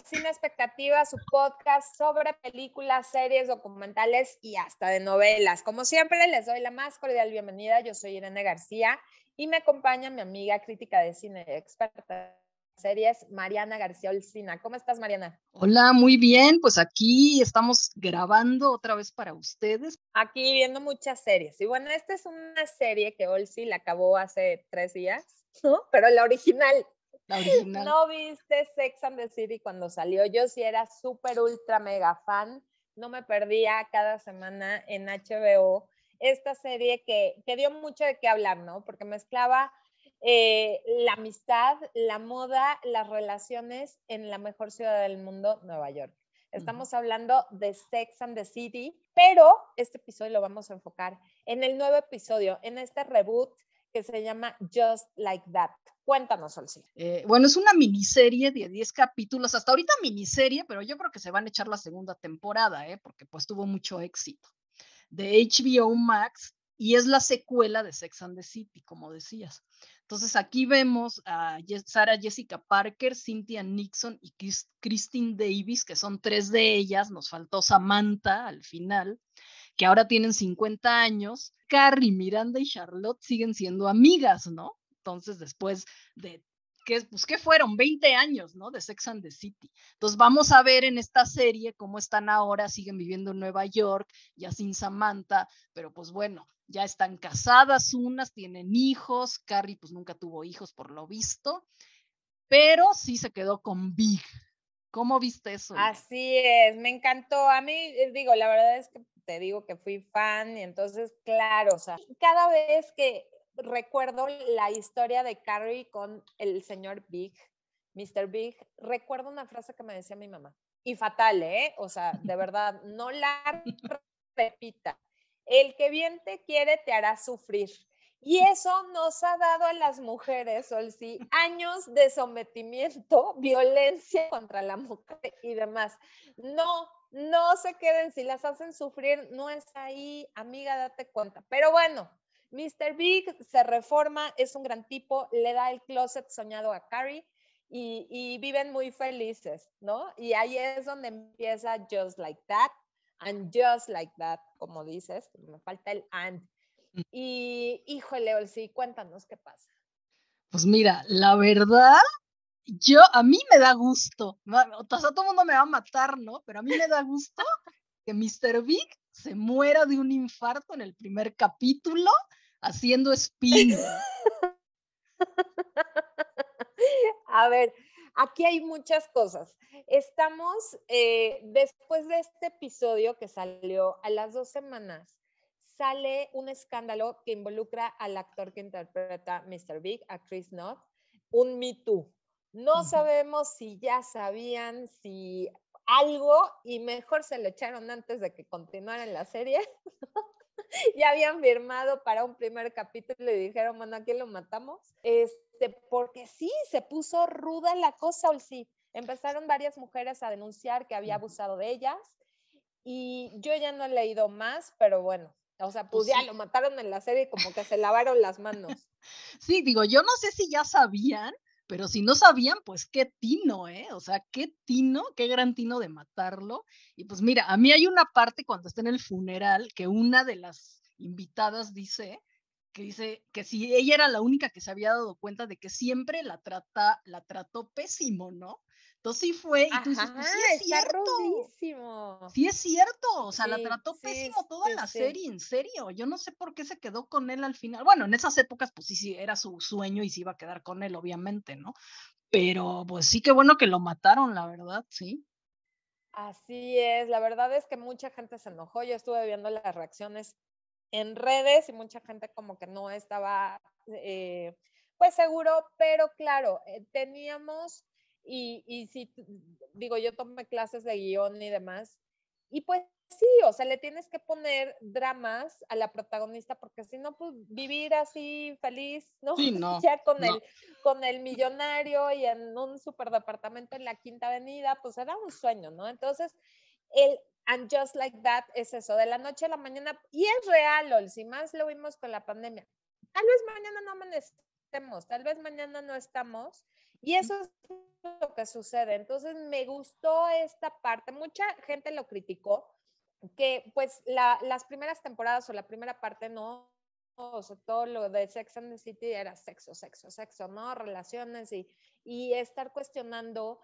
Sin Expectativas, su podcast sobre películas, series, documentales y hasta de novelas. Como siempre, les doy la más cordial bienvenida. Yo soy Irene García y me acompaña mi amiga crítica de cine y experta de series, Mariana García Olcina. ¿Cómo estás, Mariana? Hola, muy bien. Pues aquí estamos grabando otra vez para ustedes. Aquí viendo muchas series. Y bueno, esta es una serie que Olsi la acabó hace 3 días, ¿no? Pero la original. La original. ¿No viste Sex and the City cuando salió? Yo sí era súper ultra mega fan. No me perdía cada semana en HBO esta serie que dio mucho de qué hablar, ¿no? Porque mezclaba la amistad, la moda, las relaciones en la mejor ciudad del mundo, Nueva York. Estamos hablando de Sex and the City, pero este episodio lo vamos a enfocar en el nuevo episodio, en este reboot que se llama Just Like That. Cuéntanos, Olsi. Bueno, es una miniserie de 10 capítulos, hasta ahorita miniserie, pero yo creo que se van a echar la segunda temporada, porque pues tuvo mucho éxito, de HBO Max, y es la secuela de Sex and the City, como decías. Entonces aquí vemos a Sarah Jessica Parker, Cynthia Nixon y Christine Davis, que son 3 de ellas. Nos faltó Samantha al final, que ahora tienen 50 años. Carrie, Miranda y Charlotte siguen siendo amigas, ¿no? Entonces, después de ¿qué fueron? 20 años, ¿no? De Sex and the City. Entonces, vamos a ver en esta serie cómo están ahora, siguen viviendo en Nueva York, ya sin Samantha, pero pues bueno, ya están casadas unas, tienen hijos. Carrie pues nunca tuvo hijos por lo visto, pero sí se quedó con Big. ¿Cómo viste eso? Así es, me encantó. A mí, digo, la verdad es que te digo que fui fan y entonces, claro, o sea, cada vez que recuerdo la historia de Carrie con el señor Big, Mr. Big, recuerdo una frase que me decía mi mamá. Y fatal, ¿eh? O sea, de verdad, no la repita. El que bien te quiere te hará sufrir. Y eso nos ha dado a las mujeres, Olsi, años de sometimiento, violencia contra la mujer y demás. No se queden, si las hacen sufrir, no es ahí, amiga, date cuenta. Pero bueno, Mr. Big se reforma, es un gran tipo, le da el closet soñado a Carrie y viven muy felices, ¿no? Y ahí es donde empieza Just Like That and Just Like That, como dices, me falta el and. Y híjole, Olsi, cuéntanos qué pasa. Pues mira, la verdad, a mí me da gusto, o sea, todo el mundo me va a matar, ¿no? Pero a mí me da gusto que Mr. Big se muera de un infarto en el primer capítulo haciendo spinning. A ver, aquí hay muchas cosas. Estamos, después de este episodio que salió a las 2 semanas, sale un escándalo que involucra al actor que interpreta Mr. Big, a Chris Knott, un Me Too. No sabemos si ya sabían, si algo, y mejor se lo echaron antes de que continuara en la serie. Ya habían firmado para un primer capítulo y dijeron, bueno, ¿a quién lo matamos? Porque sí, se puso ruda la cosa, sí. Empezaron varias mujeres a denunciar que había abusado de ellas y yo ya no he leído más, pero bueno, o sea, pues ya sí. lo mataron en la serie y como que se lavaron las manos. Sí, digo, yo no sé si ya sabían, pero si no sabían, pues qué tino, O sea, qué tino, qué gran tino de matarlo. Y pues mira, a mí hay una parte cuando está en el funeral que una de las invitadas dice que si ella era la única que se había dado cuenta de que siempre la trató pésimo, ¿no? Entonces sí fue, y tú dices, Ajá, pues sí es está cierto. rudísimo. Sí es cierto, o sea, la Sí, trató sí, pésimo toda sí, la sí. serie, en serio. Yo no sé por qué se quedó con él al final. Bueno, en esas épocas, pues sí, era su sueño y se iba a quedar con él, obviamente, ¿no? Pero pues sí, qué bueno que lo mataron, la verdad, sí. Así es, la verdad es que mucha gente se enojó. Yo estuve viendo las reacciones en redes y mucha gente como que no estaba pues seguro, pero claro, teníamos y sí, digo, yo tomé clases de guión y demás, y pues sí, o sea, le tienes que poner dramas a la protagonista porque si no, pues vivir así feliz, ¿no? Sí, no, Ya no. con el millonario y en un superdepartamento en la Quinta Avenida, pues era un sueño, ¿no? Entonces, el And Just Like That es eso, de la noche a la mañana, y es real, Ol, si más lo vimos con la pandemia. Tal vez mañana no amanecemos, tal vez mañana no estamos, Y eso es lo que sucede. Entonces me gustó esta parte. Mucha gente lo criticó, que pues las primeras temporadas o la primera parte no, o sea, todo lo de Sex and the City era sexo, sexo, sexo, ¿no? Relaciones y estar cuestionando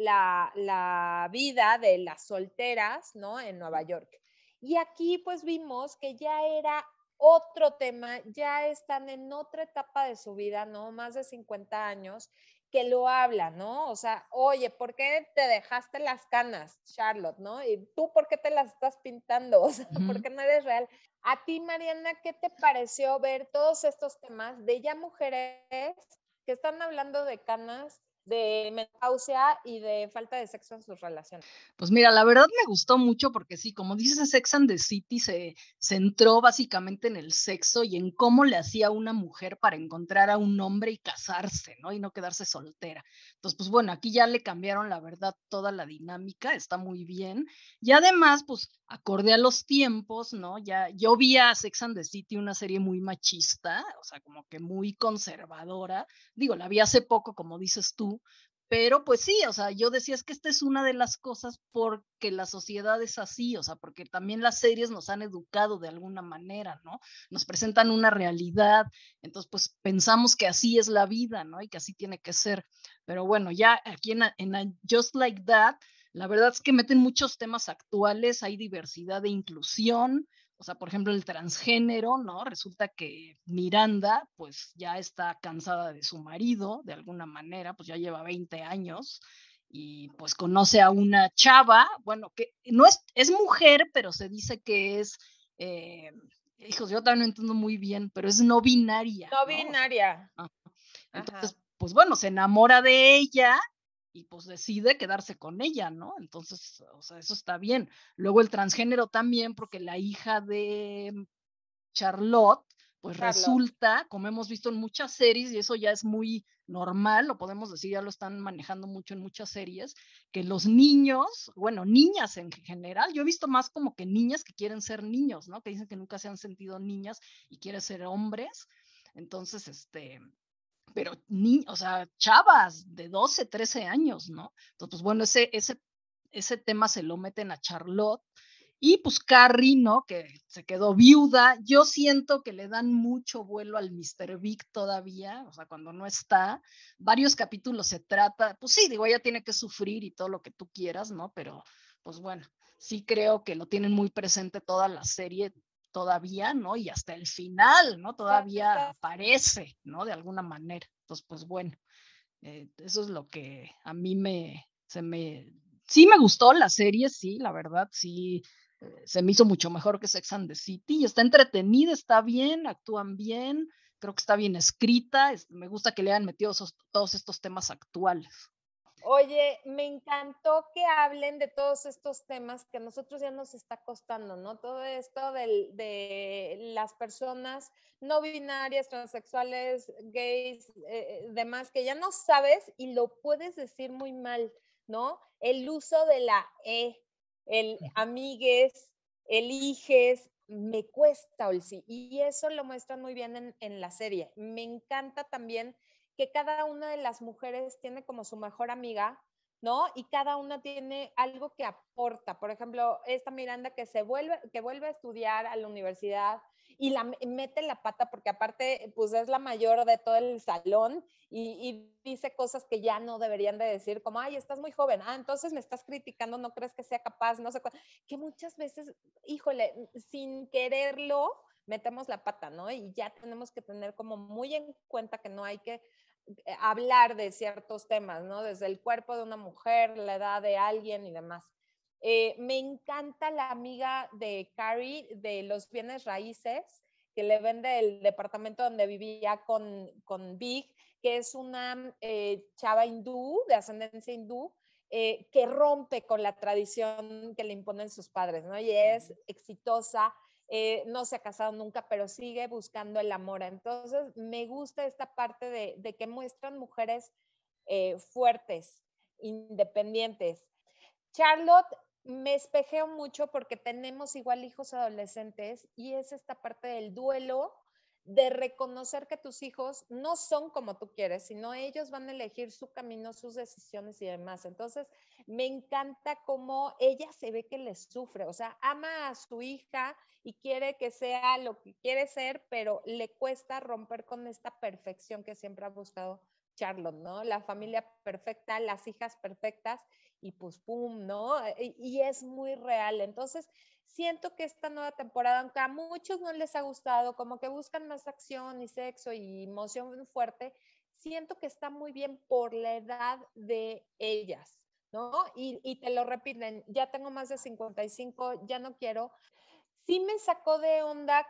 la vida de las solteras, ¿no? En Nueva York. Y aquí pues vimos que ya era otro tema, ya están en otra etapa de su vida, ¿no? Más de 50 años, que lo habla, ¿no? O sea, oye, ¿por qué te dejaste las canas, Charlotte, ¿no? Y tú, ¿por qué te las estás pintando? O sea, ¿por qué no eres real? A ti, Mariana, ¿qué te pareció ver todos estos temas de ya mujeres que están hablando de canas, de menopausia y de falta de sexo en sus relaciones? Pues mira, la verdad me gustó mucho porque sí, como dices, Sex and the City se centró básicamente en el sexo y en cómo le hacía una mujer para encontrar a un hombre y casarse, ¿no? Y no quedarse soltera. Entonces, pues bueno, aquí ya le cambiaron, la verdad, toda la dinámica, está muy bien. Y además, pues, acorde a los tiempos, ¿no? Ya, yo vi a Sex and the City, una serie muy machista, o sea, como que muy conservadora. Digo, la vi hace poco, como dices tú, pero pues sí, o sea, yo decía, es que esta es una de las cosas porque la sociedad es así, o sea, porque también las series nos han educado de alguna manera, ¿no? Nos presentan una realidad, entonces pues pensamos que así es la vida, ¿no? Y que así tiene que ser. Pero bueno, ya aquí en Just Like That, la verdad es que meten muchos temas actuales, hay diversidad e inclusión, o sea, por ejemplo, el transgénero, ¿no? Resulta que Miranda, pues ya está cansada de su marido, de alguna manera, pues ya lleva 20 años y pues conoce a una chava, bueno, que no es mujer, pero se dice que es, hijos, yo también no entiendo muy bien, pero es no binaria, No ¿no? O sea, binaria. Ajá. entonces, pues bueno, se enamora de ella y pues decide quedarse con ella, ¿no? Entonces, o sea, eso está bien. Luego el transgénero también, porque la hija de Charlotte, pues Charlotte. resulta, como hemos visto en muchas series, y eso ya es muy normal, lo podemos decir, ya lo están manejando mucho en muchas series, que los niños, bueno, niñas en general, yo he visto más como que niñas que quieren ser niños, ¿no? Que dicen que nunca se han sentido niñas y quieren ser hombres. Entonces, pero o sea, chavas de 12, 13 años, ¿no? Entonces, pues bueno, ese tema se lo meten a Charlotte y pues Carrie, ¿no? Que se quedó viuda. Yo siento que le dan mucho vuelo al Mr. Big todavía, o sea, cuando no está. Varios capítulos se trata, pues sí, digo, ella tiene que sufrir y todo lo que tú quieras, ¿no? Pero pues bueno, sí creo que lo tienen muy presente toda la serie todavía, ¿no? Y hasta el final, ¿no? Todavía aparece, ¿no? De alguna manera. Entonces, pues bueno, eso es lo que a mí sí me gustó la serie, sí, la verdad, sí, se me hizo mucho mejor que Sex and the City, y está entretenida, está bien, actúan bien, creo que está bien escrita, me gusta que le hayan metido todos estos temas actuales. Oye, me encantó que hablen de todos estos temas que a nosotros ya nos está costando, ¿no? Todo esto de las personas no binarias, transexuales, gays, demás, que ya no sabes y lo puedes decir muy mal, ¿no? El uso de la el amigues, eliges, me cuesta, Olsi, y eso lo muestran muy bien en la serie. Me encanta también que cada una de las mujeres tiene como su mejor amiga, ¿no? Y cada una tiene algo que aporta. Por ejemplo, esta Miranda que vuelve a estudiar a la universidad y mete la pata porque aparte, pues es la mayor de todo el salón y dice cosas que ya no deberían de decir, como, ay, estás muy joven, entonces me estás criticando, no crees que sea capaz, no sé cuál. Que muchas veces, híjole, sin quererlo, metemos la pata, ¿no? Y ya tenemos que tener como muy en cuenta que no hay que hablar de ciertos temas, ¿no? Desde el cuerpo de una mujer, la edad de alguien y demás. Me encanta la amiga de Carrie de los bienes raíces, que le vende el departamento donde vivía con Big, que es una chava hindú, de ascendencia hindú, que rompe con la tradición que le imponen sus padres, ¿no? Y es exitosa, no se ha casado nunca, pero sigue buscando el amor. Entonces, me gusta esta parte de que muestran mujeres fuertes, independientes. Charlotte, me espejeo mucho porque tenemos igual hijos adolescentes y es esta parte del duelo de reconocer que tus hijos no son como tú quieres, sino ellos van a elegir su camino, sus decisiones y demás. Entonces, me encanta cómo ella se ve que le sufre, o sea, ama a su hija y quiere que sea lo que quiere ser, pero le cuesta romper con esta perfección que siempre ha buscado Charlotte, ¿no? La familia perfecta, las hijas perfectas y pues pum, ¿no? Y es muy real. Entonces, siento que esta nueva temporada, aunque a muchos no les ha gustado, como que buscan más acción y sexo y emoción fuerte, siento que está muy bien por la edad de ellas, ¿no? Y te lo repiten, ya tengo más de 55, ya no quiero. Sí me sacó de onda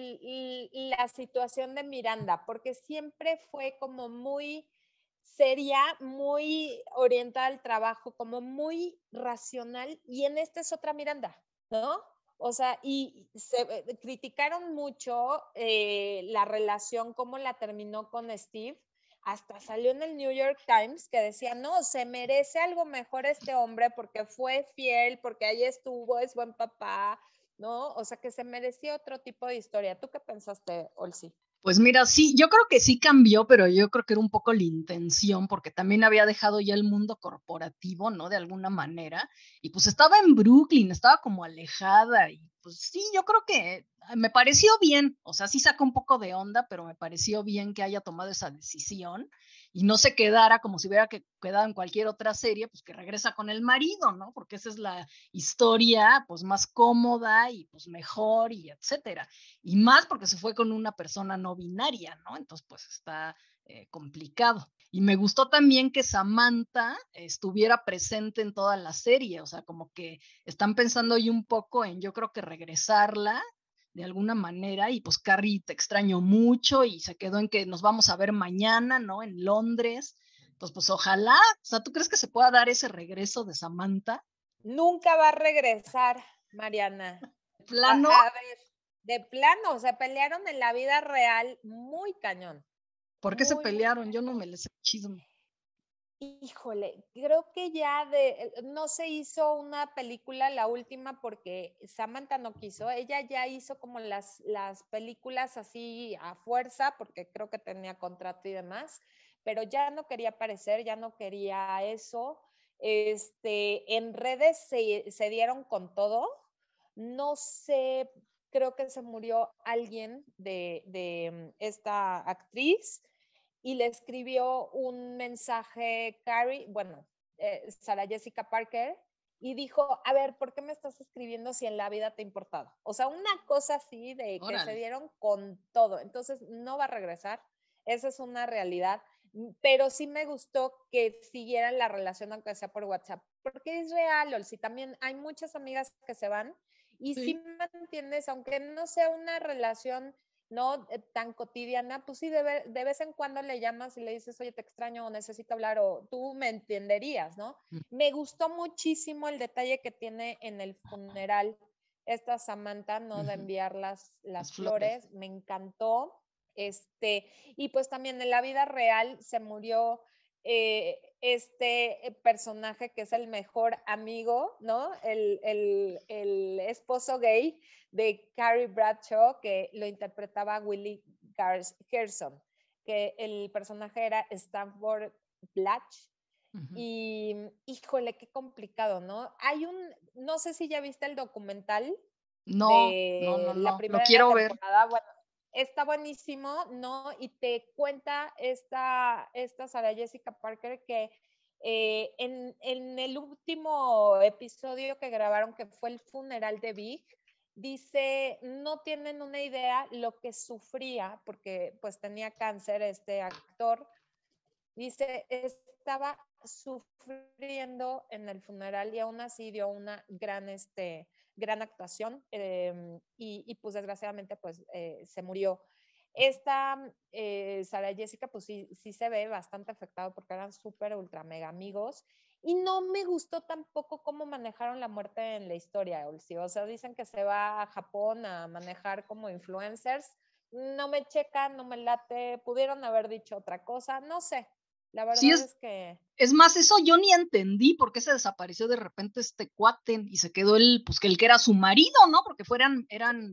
la situación de Miranda, porque siempre fue como muy seria, muy orientada al trabajo, como muy racional, y en esta es otra Miranda, ¿no? O sea, y se criticaron mucho la relación, cómo la terminó con Steve. Hasta salió en el New York Times que decía, no, se merece algo mejor este hombre porque fue fiel, porque ahí estuvo, es buen papá, ¿no? O sea, que se merecía otro tipo de historia. ¿Tú qué pensaste, Olsi? Pues mira, sí, yo creo que sí cambió, pero yo creo que era un poco la intención, porque también había dejado ya el mundo corporativo, ¿no? De alguna manera, y pues estaba en Brooklyn, estaba como alejada, y pues sí, yo creo que me pareció bien, o sea, sí sacó un poco de onda, pero me pareció bien que haya tomado esa decisión y no se quedara como si hubiera quedado en cualquier otra serie, pues que regresa con el marido, ¿no? Porque esa es la historia, pues más cómoda y pues mejor y etcétera. Y más porque se fue con una persona no binaria, ¿no? Entonces, pues está complicado. Y me gustó también que Samantha estuviera presente en toda la serie, o sea, como que están pensando hoy un poco en, yo creo que regresarla de alguna manera, y pues Carrie te extraño mucho y se quedó en que nos vamos a ver mañana, ¿no? En Londres. Entonces, pues ojalá, o sea, ¿tú crees que se pueda dar ese regreso de Samantha? Nunca va a regresar, Mariana. Plano, A ver, de plano, se pelearon en la vida real muy cañón. ¿por qué se Muy, muy pelearon? Yo no cañón. me les chisme. Híjole, creo que ya no se hizo una película, la última, porque Samantha no quiso. Ella ya hizo como las películas así a fuerza, porque creo que tenía contrato y demás, pero ya no quería aparecer, ya no quería eso. En redes se dieron con todo. No sé, creo que se murió alguien de esta actriz y le escribió un mensaje Carrie, bueno, Sarah Jessica Parker, y dijo, a ver, ¿por qué me estás escribiendo si en la vida te ha importado? O sea, una cosa así de que se Órale. dieron con todo. Entonces, no va a regresar. Esa es una realidad. Pero sí me gustó que siguieran la relación, aunque sea por WhatsApp, porque es real, Olsi. También hay muchas amigas que se van y sí Sí. mantienes, aunque no sea una relación no tan cotidiana, pues sí, de vez en cuando le llamas y le dices, oye, te extraño o necesito hablar o tú me entenderías, ¿no? Mm. Me gustó muchísimo el detalle que tiene en el funeral esta Samantha, ¿no? De Ujú. enviar Las las flores. flores, me encantó. Y pues también en la vida real se murió personaje que es el mejor amigo, ¿no? El esposo gay de Carrie Bradshaw, que lo interpretaba Willie Gerson, que el personaje era Stanford Blatch. Ujú. Y híjole, qué complicado, ¿no? No sé si ya viste el documental No, no, no, de la no. Lo primera quiero ver. temporada. Bueno, está buenísimo, ¿no? Y te cuenta esta Sarah Jessica Parker que en el último episodio que grabaron, que fue el funeral de Big, dice, no tienen una idea lo que sufría, porque pues tenía cáncer este actor. Dice, estaba sufriendo en el funeral y aún así dio una gran actuación y pues desgraciadamente pues se murió. Esta Sarah Jessica pues sí se ve bastante afectado porque eran súper ultra mega amigos y no me gustó tampoco cómo manejaron la muerte en la historia, Olsi. O sea, dicen que se va a Japón a manejar como influencers. No me checa, no me late, pudieron haber dicho otra cosa, no sé, la Sí, verdad es que es más, eso yo ni entendí por qué se desapareció de repente este cuate y se quedó el, pues que el que era su marido, ¿no? Porque eran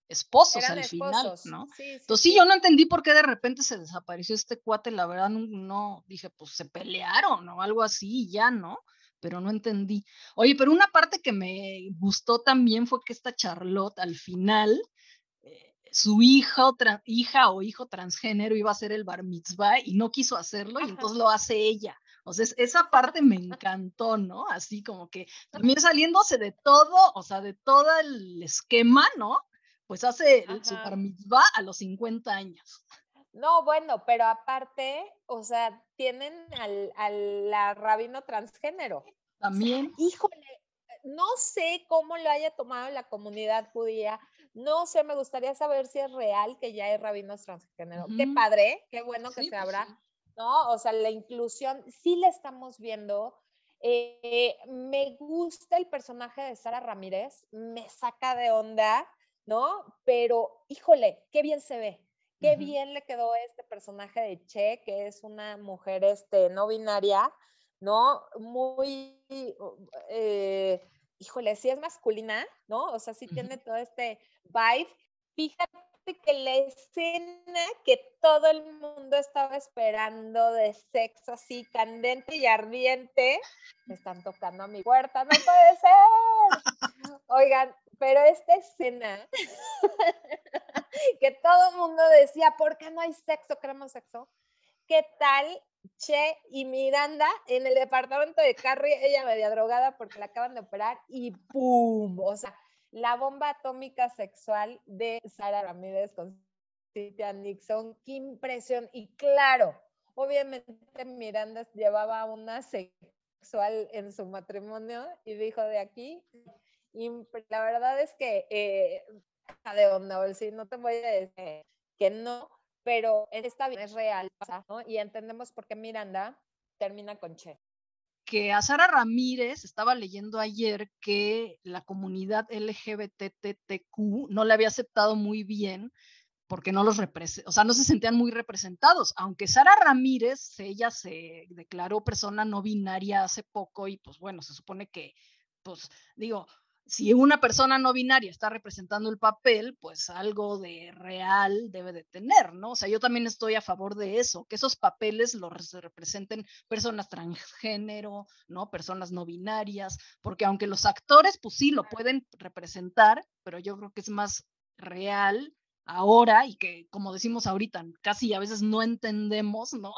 esposos Eran al final, esposos. ¿no? Sí, sí, Entonces sí, yo sí. no entendí por qué de repente se desapareció este cuate, la verdad no, dije, pues se pelearon o algo así y ya, ¿no? Pero no entendí. Oye, pero una parte que me gustó también fue que esta Charlotte al final, su hija o hijo transgénero iba a hacer el bar mitzvah y no quiso hacerlo y Ajá. entonces lo hace ella. O sea, esa parte me encantó, ¿no? Así como que también saliéndose de todo, o sea, de todo el esquema, ¿no? Pues hace su bar Ajá. mitzvah a los 50 años. No, bueno, pero aparte, o sea, tienen al la rabino transgénero. O sea, También. híjole, no sé cómo lo haya tomado la comunidad judía. No sé, me gustaría saber si es real que ya hay rabinos transgénero. Qué Ujú. padre, qué bueno que Sí, se pues abra, sí. ¿no? O sea, la inclusión sí la estamos viendo. Me gusta el personaje de Sara Ramírez, me saca de onda, ¿no? Pero, híjole, qué bien se ve. Qué Ujú. bien le quedó este personaje de Che, que es una mujer no binaria, ¿no? Muy, híjole, sí es masculina, ¿no? O sea, sí Ujú. tiene todo este vibe. Fíjate que la escena que todo el mundo estaba esperando de sexo así candente y ardiente, me están tocando a mi puerta, no puede ser. Oigan, pero esta escena que todo el mundo decía, ¿por qué no hay sexo? ¿Queremos sexo? ¿Qué tal Che y Miranda en el departamento de Carrie, ella media drogada porque la acaban de operar y ¡pum! O sea, la bomba atómica sexual de Sara Ramírez con Cynthia Nixon, qué impresión. Y claro, obviamente Miranda llevaba una sexual en su matrimonio y dijo de aquí, y la verdad es que de onda, sí, no te voy a decir que no, pero está bien, es real, ¿no? Y entendemos por qué Miranda termina con Che. Que a Sara Ramírez estaba leyendo ayer que la comunidad LGBTTQ no le había aceptado muy bien porque no los o sea, no se sentían muy representados, aunque Sara Ramírez, ella se declaró persona no binaria hace poco y pues bueno, se supone que, pues digo, si una persona no binaria está representando el papel, pues algo de real debe de tener, ¿no? O sea, yo también estoy a favor de eso, que esos papeles los representen personas transgénero, ¿no? Personas no binarias, porque aunque los actores, pues sí, lo pueden representar, pero yo creo que es más real ahora y que, como decimos ahorita, casi a veces no entendemos, ¿no?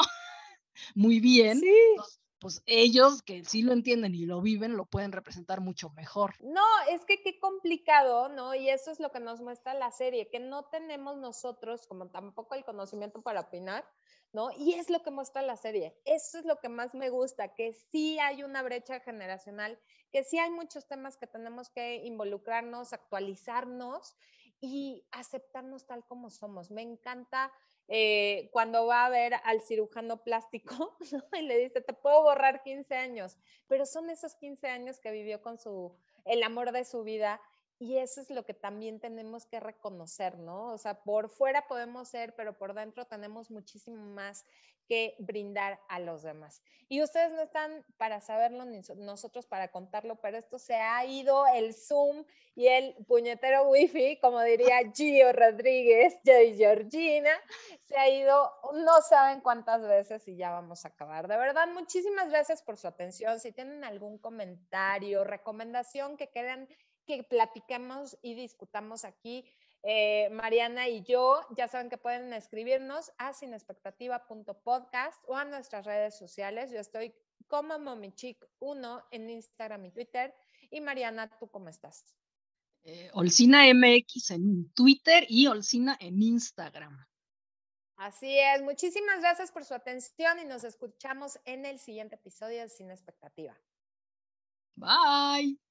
Muy bien. Sí. Entonces, pues ellos que sí lo entienden y lo viven, lo pueden representar mucho mejor. No, es que qué complicado, ¿no? Y eso es lo que nos muestra la serie, que no tenemos nosotros como tampoco el conocimiento para opinar, ¿no? Y es lo que muestra la serie. Eso es lo que más me gusta, que sí hay una brecha generacional, que sí hay muchos temas que tenemos que involucrarnos, actualizarnos y aceptarnos tal como somos. Me encanta cuando va a ver al cirujano plástico, ¿no? Y le dice, te puedo borrar 15 años, pero son esos 15 años que vivió con el amor de su vida. Y eso es lo que también tenemos que reconocer, ¿no? O sea, por fuera podemos ser, pero por dentro tenemos muchísimo más que brindar a los demás. Y ustedes no están para saberlo ni nosotros para contarlo, pero esto se ha ido el Zoom y el puñetero wifi, como diría Gio Rodríguez, yo y Georgina, se ha ido no saben cuántas veces y ya vamos a acabar. De verdad, muchísimas gracias por su atención. Si tienen algún comentario, recomendación que quieran que platiquemos y discutamos aquí, Mariana y yo, ya saben que pueden escribirnos a sinexpectativa.podcast o a nuestras redes sociales. Yo estoy como momichic1 en Instagram y Twitter. Y Mariana, ¿tú cómo estás? Olcina MX en Twitter y Olcina en Instagram. Así es, muchísimas gracias por su atención y nos escuchamos en el siguiente episodio de Sin Expectativa. Bye.